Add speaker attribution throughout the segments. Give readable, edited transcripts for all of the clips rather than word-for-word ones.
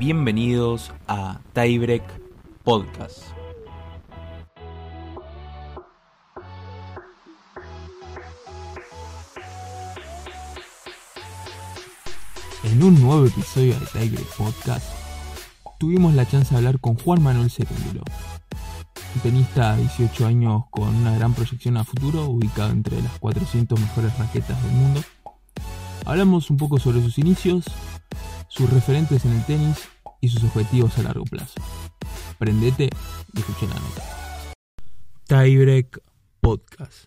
Speaker 1: Bienvenidos a Tiebreak Podcast. En un nuevo episodio de Tiebreak Podcast, tuvimos la chance de hablar con Juan Manuel Cerúndulo, un tenista de 18 años con una gran proyección a futuro, ubicado entre las 400 mejores raquetas del mundo. Hablamos un poco sobre sus inicios, sus referentes en el tenis y sus objetivos a largo plazo. Prendete y escuché la nota. Tiebreak Podcast.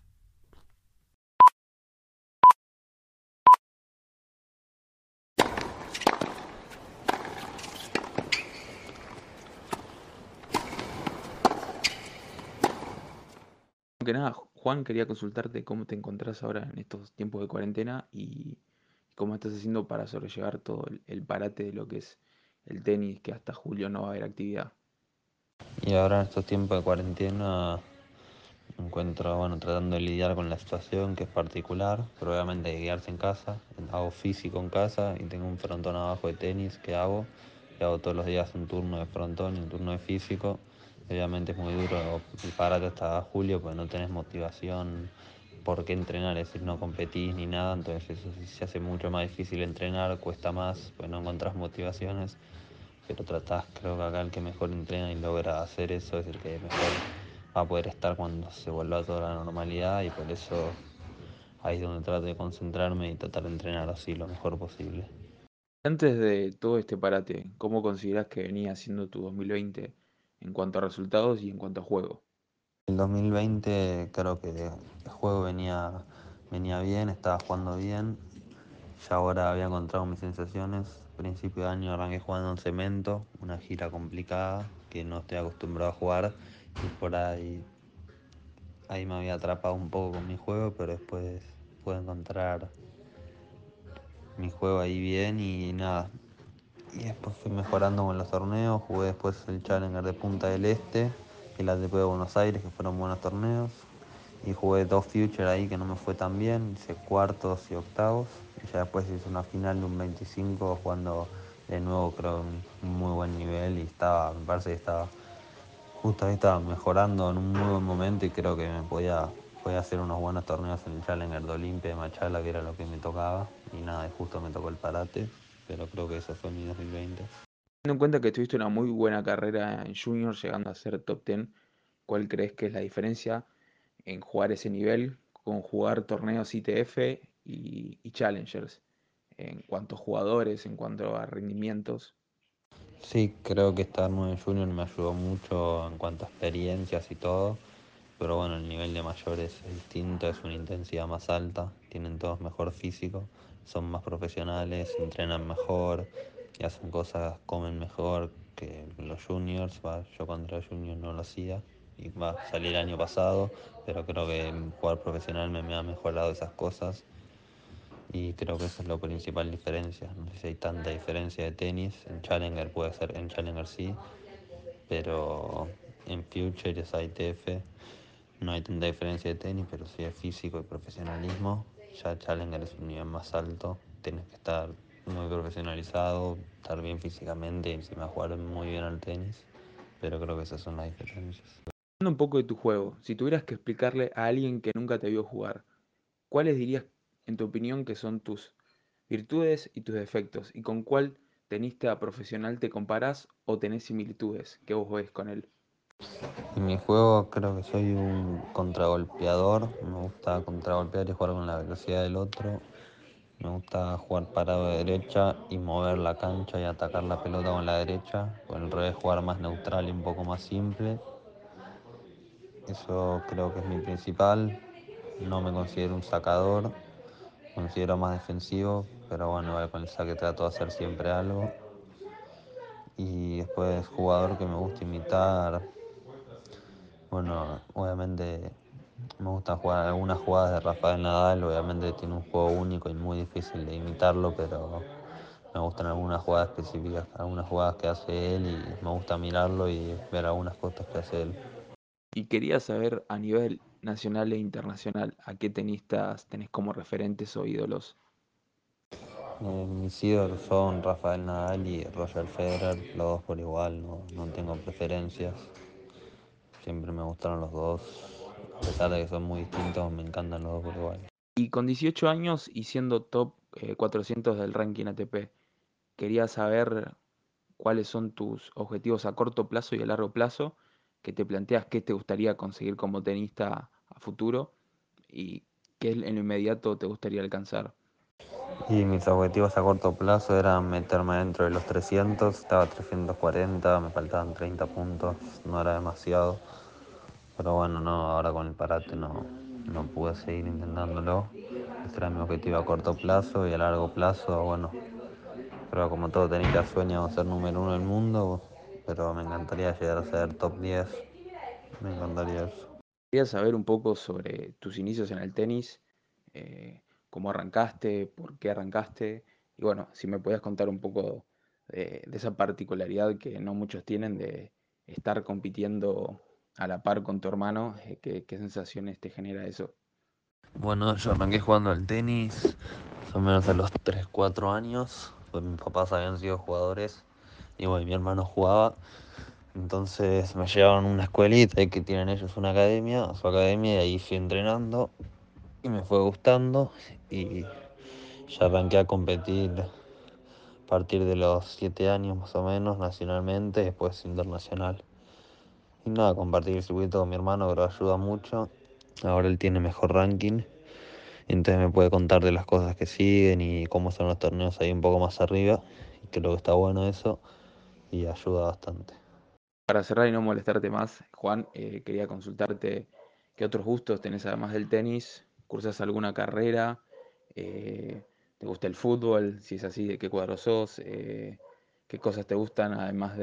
Speaker 1: Que nada, Juan, quería consultarte cómo te encontrás ahora en estos tiempos de cuarentena y cómo estás haciendo para sobrellevar todo el parate de lo que es el tenis, que hasta julio no va a haber actividad.
Speaker 2: Y ahora en estos tiempos de cuarentena me encuentro, tratando de lidiar con la situación que es particular, pero obviamente hay que quedarse en casa. Hago físico en casa y tengo un frontón abajo de tenis que hago. Y hago todos los días un turno de frontón y un turno de físico. Obviamente es muy duro el parate hasta julio porque no tenés motivación por qué entrenar, es decir, no competís ni nada, entonces eso se hace mucho más difícil entrenar, cuesta más, pues no encontrás motivaciones. Pero creo que acá el que mejor entrena y logra hacer eso es el que mejor va a poder estar cuando se vuelva toda la normalidad, y por eso ahí es donde trato de concentrarme y tratar de entrenar así lo mejor posible.
Speaker 1: Antes de todo este parate, ¿cómo considerás que venía siendo tu 2020 en cuanto a resultados y en cuanto a juego?
Speaker 2: El 2020 creo que el juego venía bien, estaba jugando bien. Ya ahora había encontrado mis sensaciones. Principio de año arranqué jugando en cemento, una gira complicada que no estoy acostumbrado a jugar, y por ahí me había atrapado un poco con mi juego, pero después pude encontrar mi juego ahí bien y nada. Y después fui mejorando con los torneos, jugué después el Challenger de Punta del Este y el ATP de Buenos Aires, que fueron buenos torneos. Y jugué dos Future ahí que no me fue tan bien, hice cuartos y octavos. Y ya después hice una final de un 25 jugando de nuevo, creo, un muy buen nivel, y me parece que justo ahí estaba mejorando en un muy buen momento, y creo que podía hacer unos buenos torneos en el Challenger de Olimpia de Machala, que era lo que me tocaba. Y nada, y justo me tocó el parate, pero creo que eso fue mi 2020.
Speaker 1: Teniendo en cuenta que tuviste una muy buena carrera en Junior, llegando a ser top 10, ¿cuál crees que es la diferencia en jugar ese nivel con jugar torneos ITF y Challengers? En cuanto a jugadores, en cuanto a rendimientos.
Speaker 2: Sí, creo que estar muy en Junior me ayudó mucho en cuanto a experiencias y todo, pero bueno, el nivel de mayores es distinto, es una intensidad más alta, tienen todos mejor físico, son más profesionales, entrenan mejor y hacen cosas, comen mejor que los juniors. Yo cuando era junior no lo hacía, y salí el año pasado, pero creo que jugar profesional me ha mejorado esas cosas. Y creo que esa es la principal diferencia. No sé si hay tanta diferencia de tenis. En Challenger puede ser, en Challenger sí, pero en Future y ITF no hay tanta diferencia de tenis, pero sí de físico y profesionalismo. Ya Challenger es un nivel más alto, tienes que estar muy profesionalizado, estar bien físicamente y encima jugar muy bien al tenis, pero creo que esas son las diferencias.
Speaker 1: Hablando un poco de tu juego, si tuvieras que explicarle a alguien que nunca te vio jugar, ¿cuáles dirías, en tu opinión, que son tus virtudes y tus defectos? ¿Y con cuál tenista profesional te comparás o tenés similitudes que vos ves con él?
Speaker 2: En mi juego creo que soy un contragolpeador, me gusta contragolpear y jugar con la velocidad del otro. Me gusta jugar parado de derecha y mover la cancha y atacar la pelota con la derecha. Con el revés, jugar más neutral y un poco más simple. Eso creo que es mi principal. No me considero un sacador, considero más defensivo, pero bueno, igual con el saque trato de hacer siempre algo. Y después, jugador que me gusta imitar. Bueno, obviamente me gusta jugar algunas jugadas de Rafael Nadal. Obviamente tiene un juego único y muy difícil de imitarlo, pero me gustan algunas jugadas específicas, algunas jugadas que hace él, y me gusta mirarlo y ver algunas cosas que hace él.
Speaker 1: Y quería saber a nivel nacional e internacional a qué tenistas tenés como referentes o ídolos.
Speaker 2: Mis ídolos son Rafael Nadal y Roger Federer, los dos por igual, no tengo preferencias. Siempre me gustaron los dos, a pesar de que son muy distintos, me encantan los dos por igual.
Speaker 1: Y con 18 años y siendo top 400 del ranking ATP, quería saber cuáles son tus objetivos a corto plazo y a largo plazo, que te planteas qué te gustaría conseguir como tenista a futuro y qué en lo inmediato te gustaría alcanzar.
Speaker 2: Y mis objetivos a corto plazo eran meterme dentro de los 300, estaba a 340, me faltaban 30 puntos, no era demasiado. Pero bueno, no, ahora con el parate no pude seguir intentándolo. Ese era mi objetivo a corto plazo y a largo plazo, bueno, creo que como todo tenista sueño ser número uno del mundo, pero me encantaría llegar a ser top 10, me encantaría eso.
Speaker 1: Quería saber un poco sobre tus inicios en el tenis, eh, cómo arrancaste, por qué arrancaste, y bueno, si me podías contar un poco de esa particularidad que no muchos tienen de estar compitiendo a la par con tu hermano, qué sensaciones te genera eso.
Speaker 2: Bueno, yo arranqué jugando al tenis más o menos a los 3 4 años, pues mis papás habían sido jugadores y bueno, mi hermano jugaba. Entonces me llevaron a una escuelita y que tienen ellos una academia, su academia, y ahí fui entrenando y me fue gustando y ya arranqué a competir a partir de los 7 años más o menos, nacionalmente, después internacional. Y nada, compartir el circuito con mi hermano creo que ayuda mucho. Ahora él tiene mejor ranking, entonces me puede contar de las cosas que siguen y cómo son los torneos ahí un poco más arriba. Y creo que está bueno eso y ayuda bastante.
Speaker 1: Para cerrar y no molestarte más, Juan, quería consultarte qué otros gustos tenés además del tenis, ¿cursas alguna carrera? Eh, ¿Te gusta el fútbol? Si es así, ¿de qué cuadro sos? ¿Qué cosas te gustan además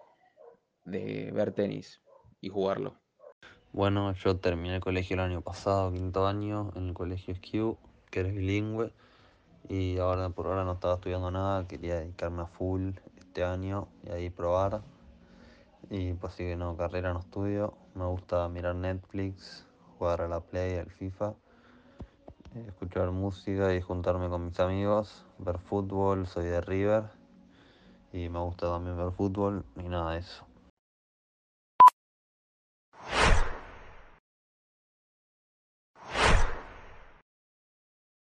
Speaker 1: de ver tenis y jugarlo?
Speaker 2: Bueno, yo terminé el colegio el año pasado, quinto año, en el colegio SKU, que eres bilingüe, y ahora por ahora no estaba estudiando nada, quería dedicarme a full este año y ahí probar. Y pues sí que no, carrera no estudio, me gusta mirar Netflix, jugar a la Play, al FIFA, escuchar música y juntarme con mis amigos, ver fútbol, soy de River y me gusta también ver fútbol y nada de eso.